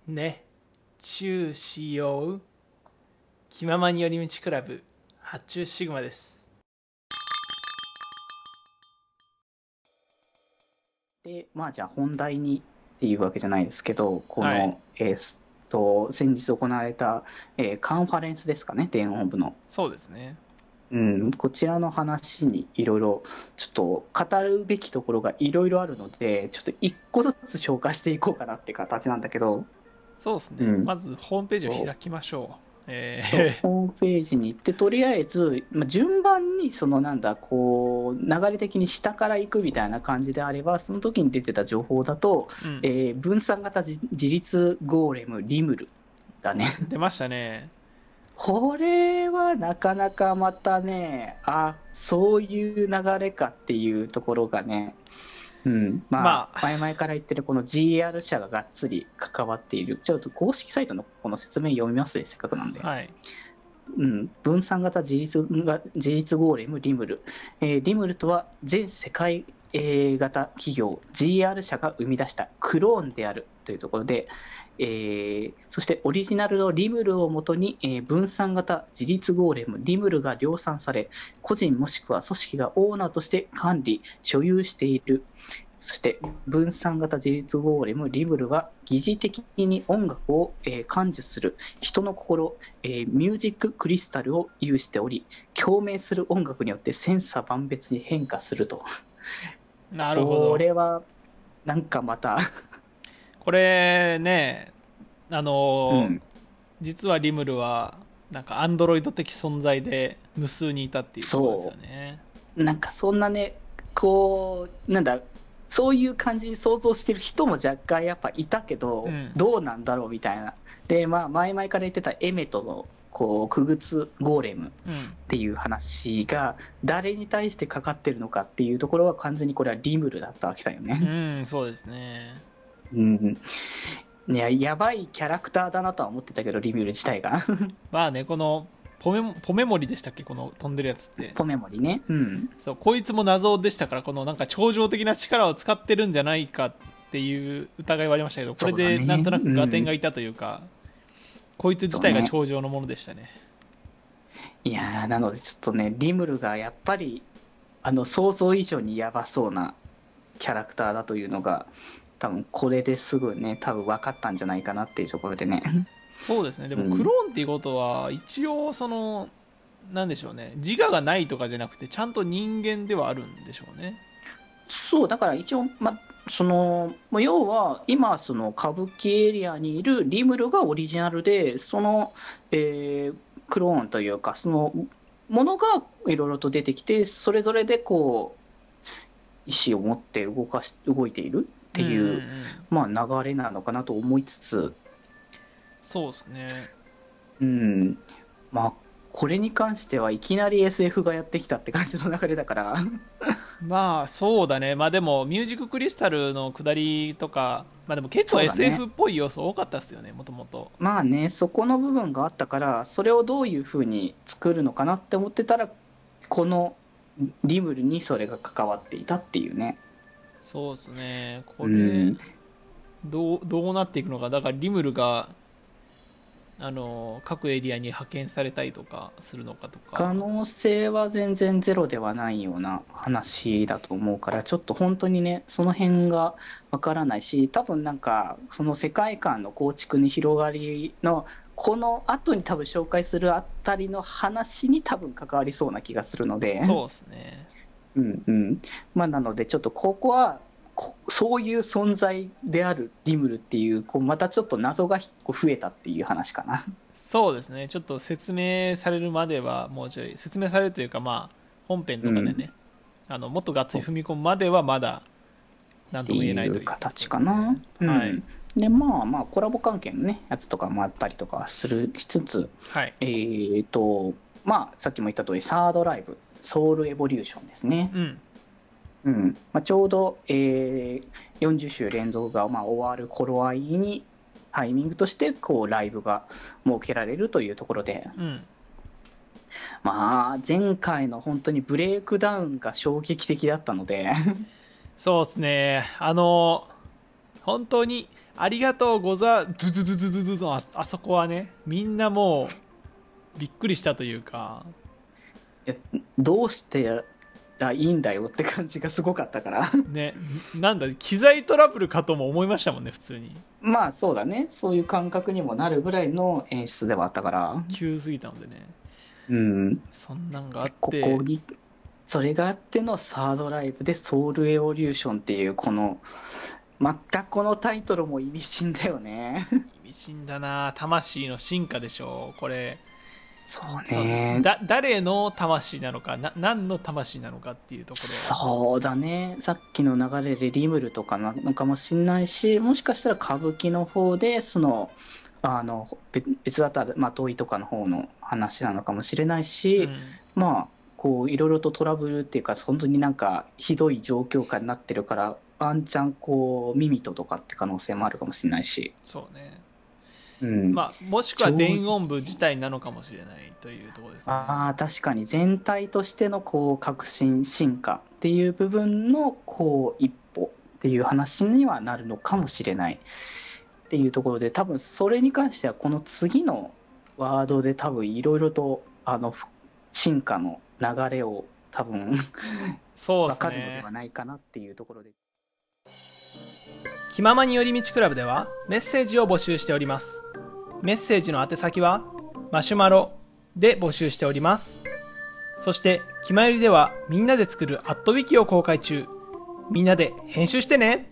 ね、チューしよう。気ままに寄り道クラブ発注シグマです。 で、まあじゃあ本題にっていうわけじゃないですけど、こはい、 の、先日行われた、カンファレンスですかね、電音部の。 そうですね。 うん、こちらの話にいろいろちょっと語るべきところがいろいろあるので、ちょっと一個ずつ紹介していこうかなって形なんだけど、 そうですね。 うん、 まずホームページをそう開きましょう。 ホームページに行って、とりあえず、まあ、順番にそのなんだ、こう、流れ的に下から行くみたいな感じであれば、その時に出てた情報だと、 うん、 分散型自立ゴーレムリムルだね。 出ましたね。 これはなかなかまたね、そういう流れかっていうところがね、うん、まあ、 まあ、 前々から言ってるこの GR 社ががっつり関わっている。ちょっと公式サイトのこの説明読みますね、せっかくなんで。 はい。 うん、分散型自立ゴーレムリムル、リムルとは全世界型企業 GR 社が生み出したクローンであるというところで、そしてオリジナルのリムルをもとに、分散型自立ゴーレムリムルが量産され、個人もしくは組織がオーナーとして管理所有している。そして分散型自立ゴーレムリムルは疑似的に音楽を、感受する人の心、ミュージッククリスタルを有しており、共鳴する音楽によって千差万別に変化すると。 なるほど。 これはなんかまたこれね、あのうん実はリムルは、なんかアンドロイド的存在で無数にいたっていうところですよそね。 なんかそんなね、こう、なんだ、そういう感じに想像してる人も若干やっぱいたけど、 うん。 どうなんだろうみたいな。で、まあ、前々から言ってたエメとの、こう、クグツゴーレムっうん。 ていう話が、誰に対してかかってるのかっていうところは完全にこれはリムルだったわけだよね。 うん、そうですね。 うん。いや、やばいキャラクターだなとは思ってたけど、リムル自体が。 まあね、このポメモリでしたっけ、この飛んでるやつって。 ポメモリね。うん。 そう、こいつも謎でしたから、このなんか超常的な力を使ってるんじゃないかっていう疑いはありましたけど、これそうだでなんね。 となく合点うん。 がいたというか、こいつ自体がそうね。 超常のものでしたね。 いやー、なのでちょっとね、リムルがやっぱり、想像以上にやばそうなキャラクターだというのが、多分これですぐね、多分分かったんじゃないかなっていうところでね。 そうですね。でもクロうん。 ーンっていうことは、一応その、なんでしょうね。自我がないとかじゃなくて、ちゃんと人間ではあるんでしょうね。 そう、だから一応、要は、今、その歌舞伎エリアにいるリムルがオリジナルで、その、クローンというか、そのものがいろいろと出てきて、それぞれでこう、意思を持って動いているっうんうんうていう、 ん。 まあ、流れなのかなと思いつつ、 そうですね。 うん、まあ、これに関してはいきなり SF がやってきたって感じの流れだから、 まあそうだね。まあでもミュージッククリスタルの下りとか、まあでも結構そうだ SF ね。 っぽい要素多かったですよね、もともと。 まあね、そこの部分があったから、それをどういうふうに作るのかなって思ってたら、このリムルにそれが関わっていたっていうね。 そうですね。 うこれ、 ん、 どうなっていくのか。だからリムルが、各エリアに派遣されたりとかするのかとか。 可能性は全然ゼロではないような話だと思うから、ちょっと本当にね、その辺がわからないし、多分なんか、その世界観の構築に広がりの、この後に多分紹介するあたりの話に多分関わりそうな気がするので、 そうですね。 うんうん。まあ、なので、ちょっとここは、そういう存在であるリムルっていう、こうまたちょっと謎が一個増えたっていう話かな。 そうですね。ちょっと説明されるまではもうちょい、説明されるというかまあ、本編うん。 とかでね、もっとがっつそうっり踏み込むまではまだ何てとも言えないいうというところ形ですね。 かな。うはい。 ん。で、まあまあ、コラボ関係のね、やつとかもあったりとかしつつ、 はい。 えーと、まあ、さっきも言った通り、サードライブ、ソウルエボリューションですね。 うん。 うん。まあ、ちょうど、40週連続がまあ終わる頃合いに、タイミングとして、こう、ライブが設けられるというところで、 うん。 まあ、前回の本当にブレイクダウンが衝撃的だったので、 そうですね。 本当にありがとうござズズズズズズのあそこはね、みんなもうびっくりしたというか、 いやどうしていいんだよって感じがすごかったからね、なんだ機材トラブルかとも思いましたもんね、普通に。 まあそうだね、そういう感覚にもなるぐらいの演出ではあったから、 急すぎたのでね、 うん、 そんなんがあっこて、 こにそれがあってのサードライブでソウルエボリューションっていうこのまたこのタイトルも意味深だよね意味深だな。魂の進化でしょうこれ。 そうね、 誰の魂なのか、何の魂なのかっていうところ。 そうだね、さっきの流れでリムルとかなのかもしれないし、もしかしたら歌舞伎の方で別だったら、まあ、遠いとかの方の話なのかもしれないし、まあこういろいろとトラブルっていうか本当になんかひどい状況下になってるから、ワンチャンこうミミトとかって可能性もあるかもしれないし、 そうね。 うん、 まあ、もしくは電音部自体なのかもしれないというところですね。 ああ、確かに全体としてのこう革新進化っていう部分のこう一歩っていう話にはなるのかもしれないっていうところで、多分それに関してはこの次のワードで多分いろいろと進化の流れを多分そうです分かるのでね。 はないかなっていうところで。 気ままに寄り道クラブではメッセージを募集しております。メッセージの宛先はマシュマロで募集しております。そして気まよりではみんなで作るアットウィキを公開中。みんなで編集してね。